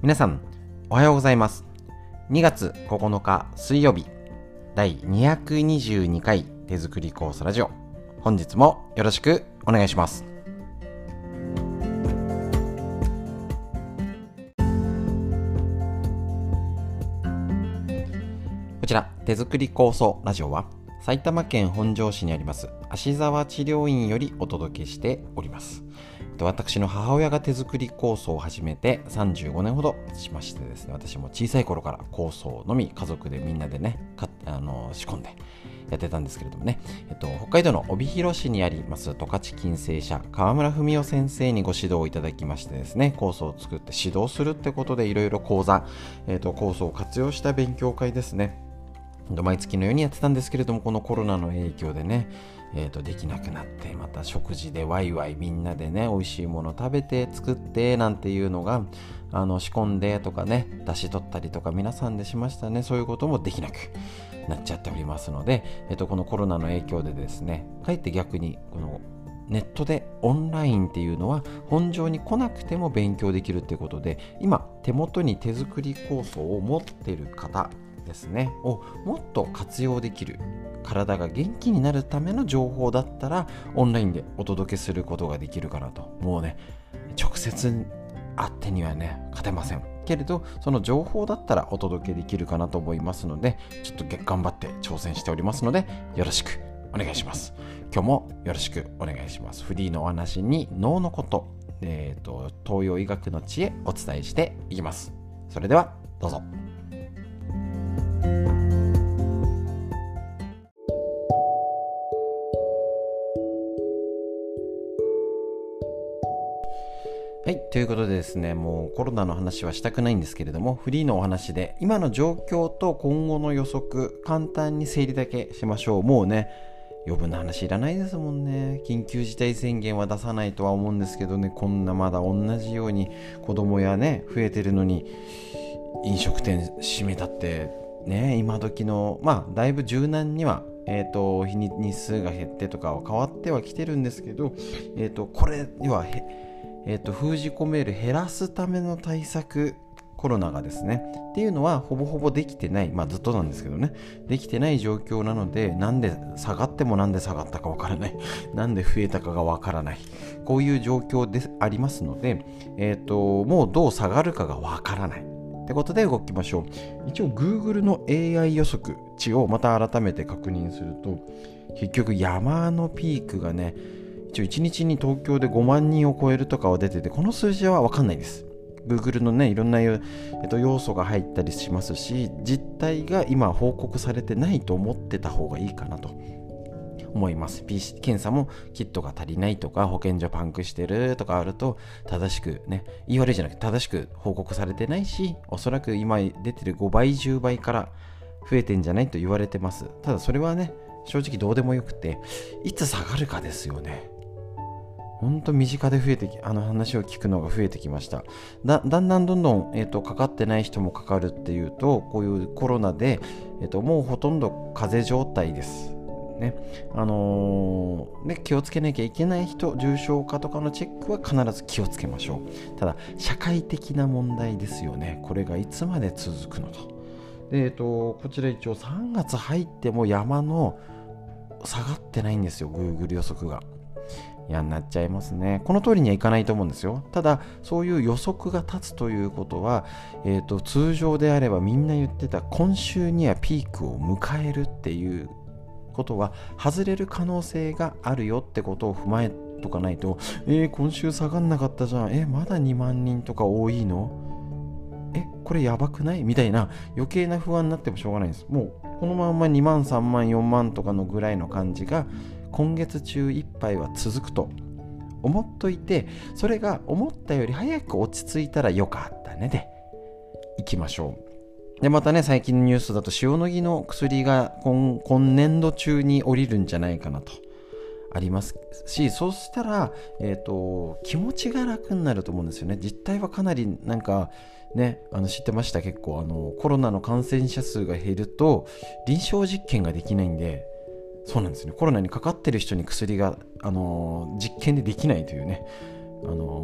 皆さんおはようございます。2月9日水曜日、第222回手作り酵素ラジオ、本日もよろしくお願いします。こちら手作り酵素ラジオは埼玉県本庄市にあります芦沢治療院よりお届けしております。私の母親が手作り酵素を始めて35年ほどしましてですね、私も小さい頃から酵素のみ家族でみんなでね仕込んでやってたんですけれどもね、北海道の帯広市にあります十勝金星社川村文夫先生にご指導いただきましてですね、酵素を作って指導するってことでいろいろ講座、酵素を活用した勉強会ですね、毎月のようにやってたんですけれども、このコロナの影響でね、できなくなって、また食事でワイワイみんなでね美味しいもの食べて作ってなんていうのが仕込んでとかね、出し取ったりとか皆さんでしましたね。そういうこともできなくなっちゃっておりますので、このコロナの影響でですね、かえって逆にこのネットでオンラインっていうのは本庄に来なくても勉強できるっていうことで、今手元に手作り酵素を持っている方ですねをもっと活用できる、体が元気になるための情報だったらオンラインでお届けすることができるかなと。もうね、直接会ってにはね勝てませんけれど、その情報だったらお届けできるかなと思いますので、ちょっと頑張って挑戦しておりますのでよろしくお願いします。今日もよろしくお願いします。フリーのお話に脳のこと、東洋医学の知恵お伝えしていきます。それではどうぞ。はい、ということでですね、もうコロナの話はしたくないんですけれども、フリーのお話で今の状況と今後の予測、簡単に整理だけしましょう。もうね、余分な話いらないですもんね。緊急事態宣言は出さないとは思うんですけどね、こんなまだ同じように子供やね増えてるのに飲食店閉めたってね、今時のだいぶ柔軟には日数が減ってとかは変わってはきてるんですけど、これには封じ込める減らすための対策、コロナがですねっていうのはほぼほぼできてない、ずっとなんですけどね、できてない状況なので、なんで下がってもなんで下がったかわからない、なんで増えたかがわからない、こういう状況でありますので、もうどう下がるかがわからないってことで動きましょう。一応 Google の AI 予測値をまた改めて確認すると、結局山のピークがね、一応1日に東京で5万人を超えるとかは出てて、この数字は分かんないです。 Google のねいろんな、要素が入ったりしますし、実態が今報告されてないと思ってた方がいいかなと思います。 PC 検査もキットが足りないとか保健所パンクしてるとかあると、正しくね、言い悪いじゃなくて正しく報告されてないし、おそらく今出てる5倍10倍から増えてんじゃないと言われてます。ただそれはね正直どうでもよくて、いつ下がるかですよね。本当身近で話を聞くのが増えてきました。だんだんどんどん、かかってない人もかかるっていうと、こういうコロナで、もうほとんど風邪状態ですね。気をつけなきゃいけない人、重症化とかのチェックは必ず気をつけましょう。ただ社会的な問題ですよね。これがいつまで続くのと。で、こちら一応3月入っても山の下がってないんですよ、 Google 予測が。嫌になっちゃいますね。この通りにはいかないと思うんですよ。ただそういう予測が立つということは、通常であればみんな言ってた今週にはピークを迎えるっていうことは外れる可能性があるよってことを踏まえとかないと、今週下がんなかったじゃん、まだ2万人とか多いの、これやばくないみたいな余計な不安になってもしょうがないんです。もうこのまま2万3万4万とかのぐらいの感じが今月中いっぱいは続くと思っといて、それが思ったより早く落ち着いたらよかったねでいきましょう。でまたね、最近のニュースだと塩野義の薬が今年度中に降りるんじゃないかなとありますし、そうしたら、気持ちが楽になると思うんですよね。実態はかなりなんかね、知ってました。結構コロナの感染者数が減ると臨床実験ができないんで、そうなんですね。コロナにかかってる人に薬が、実験でできないというね、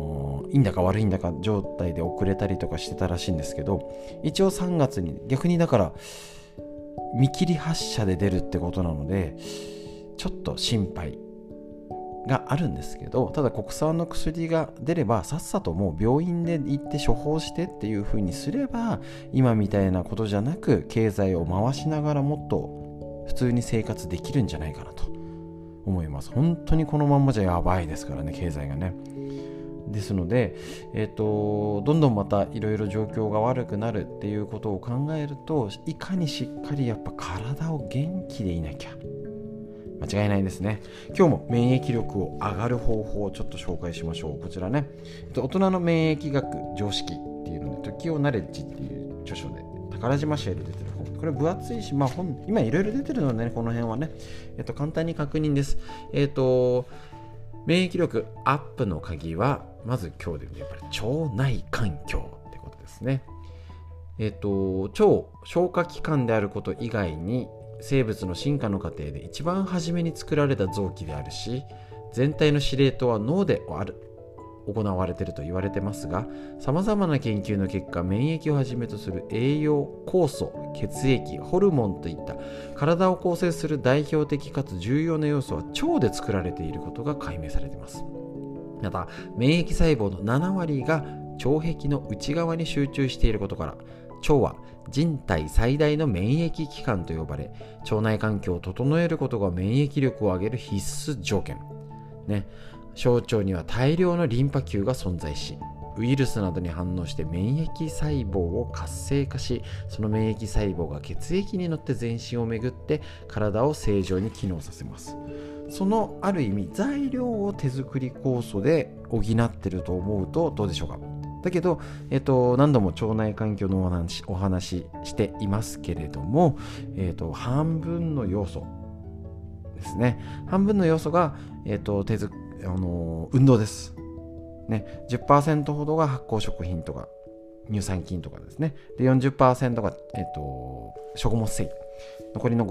いいんだか悪いんだか状態で遅れたりとかしてたらしいんですけど、一応3月に逆にだから見切り発車で出るってことなので、ちょっと心配があるんですけど、ただ国産の薬が出ればさっさともう病院で行って処方してっていう風にすれば、今みたいなことじゃなく経済を回しながらもっと普通に生活できるんじゃないかなと思います。本当にこのまんまじゃやばいですからね、経済がね。ですので、どんどんまたいろいろ状況が悪くなるっていうことを考えると、いかにしっかりやっぱ体を元気でいなきゃ間違いないですね。今日も免疫力を上がる方法をちょっと紹介しましょう。こちらね、大人の免疫学常識っていうので、時をナレッジっていう著書で宝島社より出てる本、これ分厚いし、本今いろいろ出てるのでね、この辺はね、簡単に確認です。免疫力アップの鍵はまず今日でやっぱり腸内環境ってことですね。腸消化器官であること以外に、生物の進化の過程で一番初めに作られた臓器であるし、全体の司令塔は脳で行われていると言われてますが、さまざまな研究の結果、免疫をはじめとする栄養、酵素、血液、ホルモンといった体を構成する代表的かつ重要な要素は腸で作られていることが解明されています。また免疫細胞の7割が腸壁の内側に集中していることから、腸は人体最大の免疫器官と呼ばれ、腸内環境を整えることが免疫力を上げる必須条件、小腸には大量のリンパ球が存在し、ウイルスなどに反応して免疫細胞を活性化し、その免疫細胞が血液に乗って全身を巡って体を正常に機能させます。そのある意味材料を手作り酵素で補っていると思うとどうでしょうか。だけど、何度も腸内環境のお話していますけれども、半分の要素ですね。半分の要素が、運動です、10% ほどが発酵食品とか乳酸菌とかですね。で 40% が、食物繊維、残りの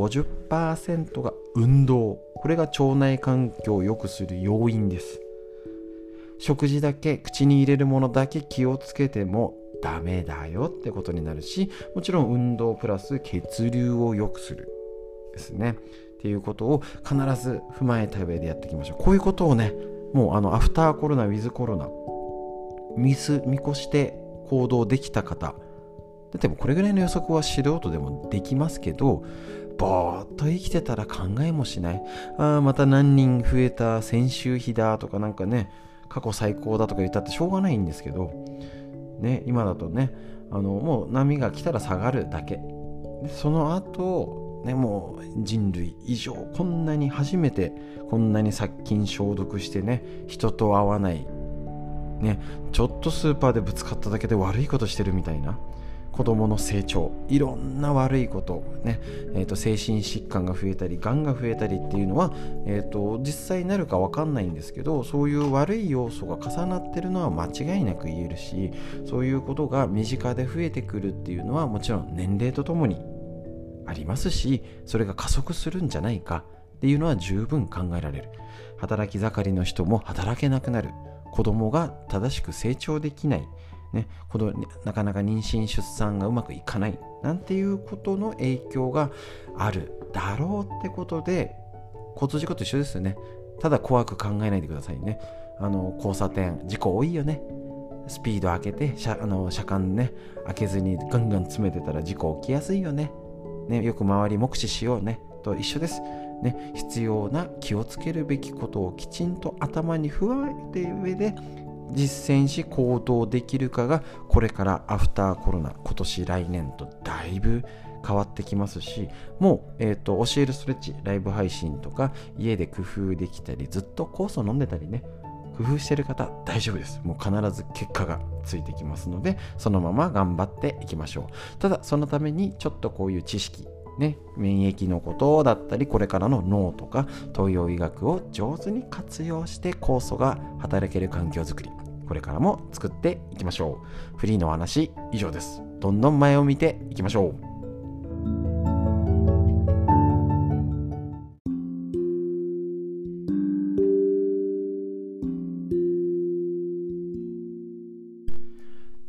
50% が運動。これが腸内環境を良くする要因です。食事だけ、口に入れるものだけ気をつけてもダメだよってことになるし、もちろん運動プラス血流を良くするですねっていうことを必ず踏まえた上でやっていきましょう。こういうことをね、もうアフターコロナウィズコロナ見越して行動できた方、だってもこれぐらいの予測は素人でもできますけど、ぼーっと生きてたら考えもしない。また何人増えた、先週比だとかなんかね、過去最高だとか言ったってしょうがないんですけど、今だとね、もう波が来たら下がるだけで、その後もう人類以上、こんなに初めてこんなに殺菌消毒してね、人と会わないちょっとスーパーでぶつかっただけで悪いことしてるみたいな、子供の成長、いろんな悪いこと精神疾患が増えたり、がんが増えたりっていうのは、実際になるか分かんないんですけど、そういう悪い要素が重なってるのは間違いなく言えるし、そういうことが身近で増えてくるっていうのはもちろん年齢とともにありますし、それが加速するんじゃないかっていうのは十分考えられる。働き盛りの人も働けなくなる、子供が正しく成長できない、なかなか妊娠出産がうまくいかないなんていうことの影響があるだろうってことで、交通事故と一緒ですよね。ただ怖く考えないでくださいね。交差点事故多いよね。スピード上げて車間開けずにガンガン詰めてたら事故起きやすいよね。よく周り目視しようねと一緒です。必要な気をつけるべきことをきちんと頭に踏まえた上で実践し行動できるかが、これからアフターコロナ、今年来年とだいぶ変わってきますし、もう、教えるストレッチ、ライブ配信とか家で工夫できたり、ずっと酵素飲んでたり工夫してる方大丈夫です。もう必ず結果がついてきますので、そのまま頑張っていきましょう。ただそのためにちょっとこういう知識免疫のことだったり、これからの脳とか東洋医学を上手に活用して酵素が働ける環境づくり、これからも作っていきましょう。フリーのお話以上です。どんどん前を見ていきましょう。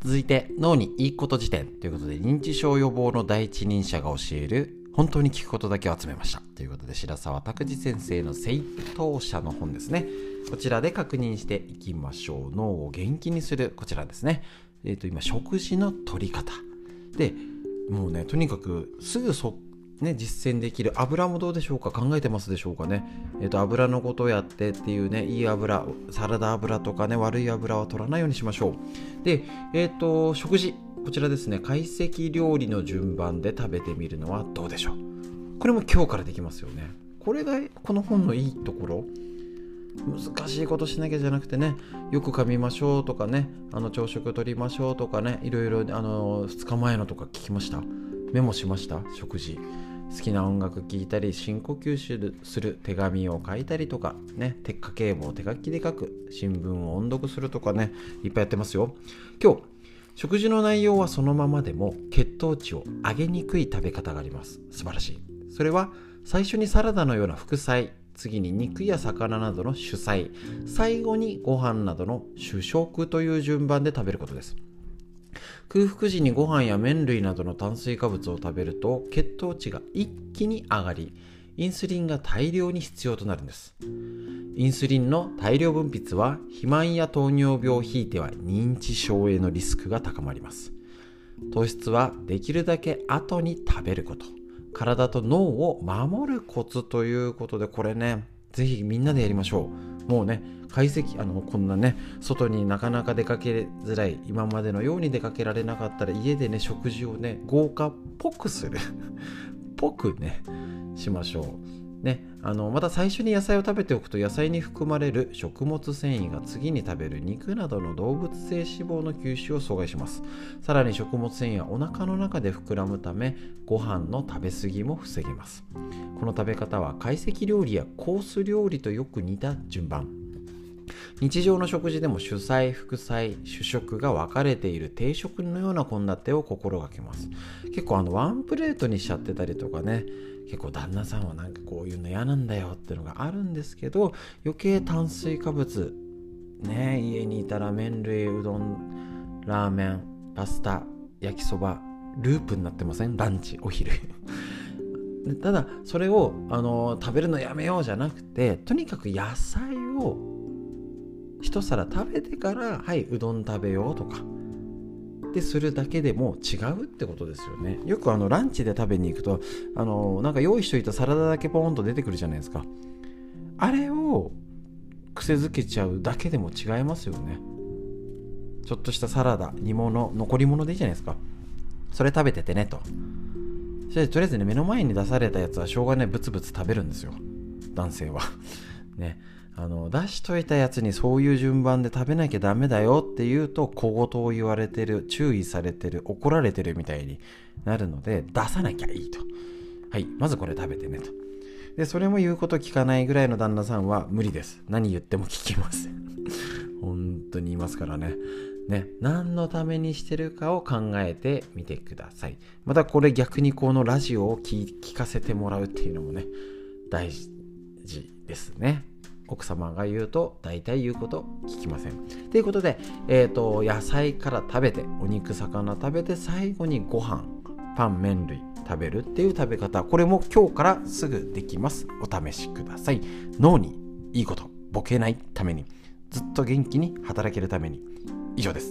続いて脳にいいこと辞典ということで、認知症予防の第一人者が教える本当に聞くことだけを集めましたということで、白澤拓司先生の正当者の本ですね。こちらで確認していきましょう。脳を元気にする、こちらですね。今食事の取り方で、もうね、とにかくすぐ実践できる。油もどうでしょうか、考えてますでしょうかね。油のことをやってっていうね、いい油、サラダ油とかね、悪い油は取らないようにしましょう。で、食事、こちらですね、懐石料理の順番で食べてみるのはどうでしょう。これも今日からできますよね。これがこの本のいいところ。難しいことしなきゃじゃなくてね、よく噛みましょうとかね、朝食取りましょうとかね、いろいろ2日前のとか聞きました。メモしました。食事、好きな音楽聴いたり、深呼吸する、手紙を書いたりとかね、家計簿を手書きで書く、新聞を音読するとかね、いっぱいやってますよ。今日食事の内容はそのままでも血糖値を上げにくい食べ方があります。素晴らしい。それは最初にサラダのような副菜、次に肉や魚などの主菜、最後にご飯などの主食という順番で食べることです。空腹時にご飯や麺類などの炭水化物を食べると血糖値が一気に上がり、インスリンが大量に必要となるんです。インスリンの大量分泌は肥満や糖尿病、ひいては認知症へのリスクが高まります。糖質はできるだけ後に食べること、体と脳を守るコツということで、これね、ぜひみんなでやりましょう。もうね、こんなね、外になかなか出かけづらい、今までのように出かけられなかったら、家でね、食事をね、豪華っぽくするぽくねしましょうね。また最初に野菜を食べておくと、野菜に含まれる食物繊維が次に食べる肉などの動物性脂肪の吸収を阻害します。さらに食物繊維はお腹の中で膨らむため、ご飯の食べ過ぎも防げます。この食べ方は懐石料理やコース料理とよく似た順番。日常の食事でも主菜、副菜、主食が分かれている定食のような献立を心がけます。結構ワンプレートにしちゃってたりとかね、結構旦那さんはなんかこういうの嫌なんだよっていうのがあるんですけど、余計炭水化物ね、家にいたら麺類、うどん、ラーメン、パスタ、焼きそば、ループになってません？ランチ、お昼ただそれを食べるのやめようじゃなくて、とにかく野菜を一皿食べてから、はい、うどん食べようとかでするだけでも違うってことですよね。よくランチで食べに行くとなんか用意しといたサラダだけポーンと出てくるじゃないですか。あれを癖づけちゃうだけでも違いますよね。ちょっとしたサラダ、煮物、残り物でいいじゃないですか。それ食べててねと。それでとりあえずね、目の前に出されたやつはしょうがない、ブツブツ食べるんですよ、男性はね。出しといたやつにそういう順番で食べなきゃダメだよって言うと、小言を言われてる、注意されてる、怒られてるみたいになるので、出さなきゃいいと。はい、まずこれ食べてねと。でそれも言うこと聞かないぐらいの旦那さんは無理です。何言っても聞きません本当に言いますからね。何のためにしてるかを考えてみてください。またこれ逆にこのラジオを聞かせてもらうっていうのもね、大事ですね。奥様が言うと大体言うこと聞きませんということで、野菜から食べて、お肉魚食べて、最後にご飯、パン、麺類食べるっていう食べ方、これも今日からすぐできます。お試しください。脳にいいこと、ボケないために、ずっと元気に働けるために。以上です。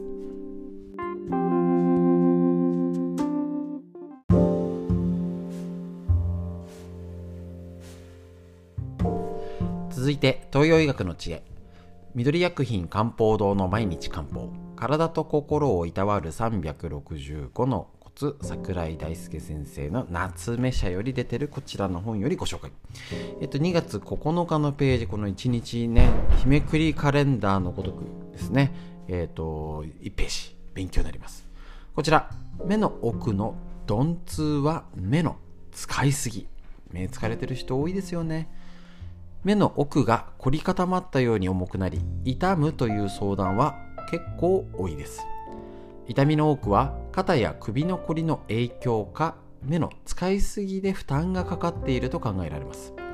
続いて東洋医学の知恵、緑薬品漢方堂の毎日漢方、体と心をいたわる365のコツ、櫻井大輔先生の夏目社より出てるこちらの本よりご紹介。2月9日のページ、この1日ね、日めくりカレンダーのごとくですね、1ページ勉強になります。こちら、目の奥の鈍痛は目の使いすぎ。目疲れてる人多いですよね。目の奥が凝り固まったように重くなり、痛むという相談は結構多いです。痛みの多くは肩や首のこりの影響か、目の使いすぎで負担がかかっていると考えられます。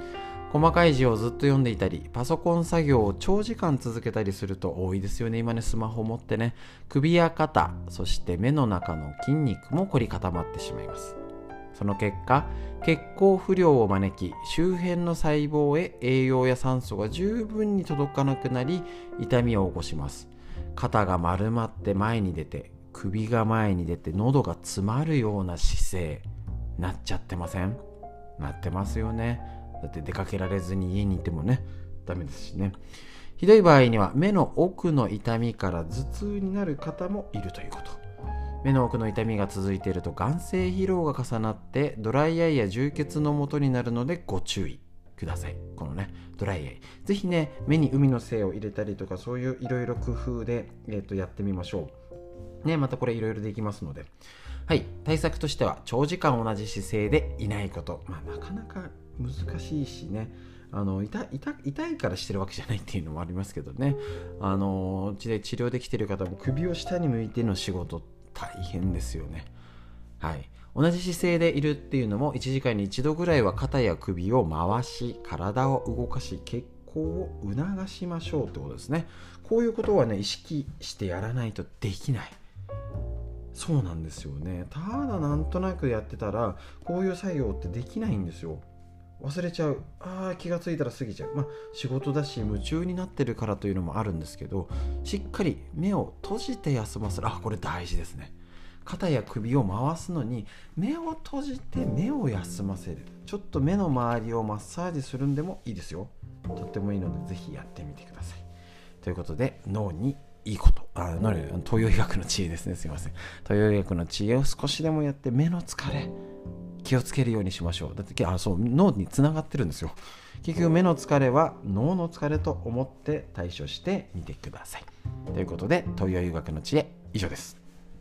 細かい字をずっと読んでいたり、パソコン作業を長時間続けたりすると多いですよね。今ね、スマホを持ってね、首や肩、そして目の中の筋肉も凝り固まってしまいます。その結果、血行不良を招き、周辺の細胞へ栄養や酸素が十分に届かなくなり、痛みを起こします。肩が丸まって前に出て、首が前に出て、喉が詰まるような姿勢、なっちゃってません？なってますよね。だって出かけられずに家にいてもね、ダメですしね。ひどい場合には目の奥の痛みから頭痛になる方もいるということ。目の奥の痛みが続いていると眼性疲労が重なってドライアイや充血の元になるのでご注意ください。このね、ドライアイ、ぜひね、目に海の精を入れたりとか、そういういろいろ工夫で、やってみましょうね。またこれいろいろできますので、はい、対策としては長時間同じ姿勢でいないこと。なかなか難しいしね、痛いからしてるわけじゃないっていうのもありますけどね。うちで治療できている方も首を下に向いての仕事大変ですよね。はい、同じ姿勢でいるっていうのも1時間に1度ぐらいは肩や首を回し、体を動かし、血行を促しましょうってことですね。こういうことはね、意識してやらないとできない。そうなんですよね。ただなんとなくやってたらこういう作業ってできないんですよ。忘れちゃう。気がついたら過ぎちゃう。仕事だし夢中になってるからというのもあるんですけど、しっかり目を閉じて休ませる。これ大事ですね。肩や首を回すのに目を閉じて目を休ませる。ちょっと目の周りをマッサージするんでもいいですよ。とってもいいのでぜひやってみてください。ということで、脳にいいこと、東洋医学の知恵ですね。すいません。東洋医学の知恵を少しでもやって目の疲れ気をつけるようにしましょう。だって脳につながってるんですよ。結局目の疲れは脳の疲れと思って対処してみてください。ということで、東洋医学の知恵以上です。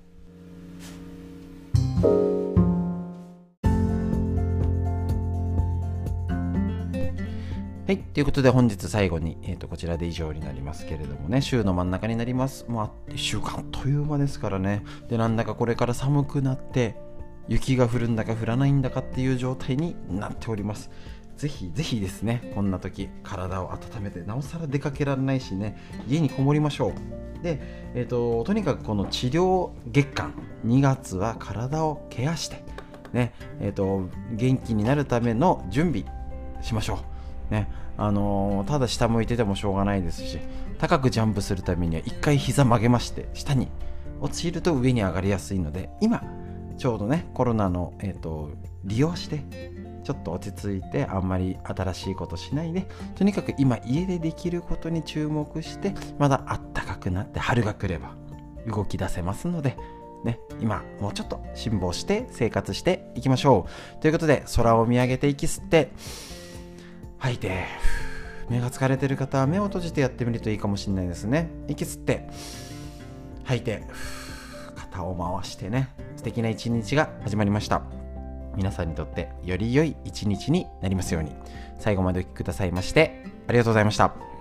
はい、ということで本日最後に、こちらで以上になりますけれどもね、週の真ん中になります。1週間という間ですからね。で、なんだかこれから寒くなって雪が降るんだか降らないんだかっていう状態になっております。ぜひぜひですね、こんな時体を温めて、なおさら出かけられないしね、家にこもりましょう。で、とにかくこの治療月間2月は体をケアしてね、元気になるための準備しましょうね。ただ下向いててもしょうがないですし、高くジャンプするためには一回膝曲げまして、下に落ちると上に上がりやすいので、今ちょうどね、コロナの、利用してちょっと落ち着いて、あんまり新しいことしないで、とにかく今家でできることに注目して、まだあったかくなって春が来れば動き出せますのでね、今もうちょっと辛抱して生活していきましょう。ということで、空を見上げて息吸って吐いて、目が疲れてる方は目を閉じてやってみるといいかもしれないですね。息吸って吐いて、肩を回してね、素敵な一日が始まりました。皆さんにとってより良い一日になりますように。最後までお聞きくださいましてありがとうございました。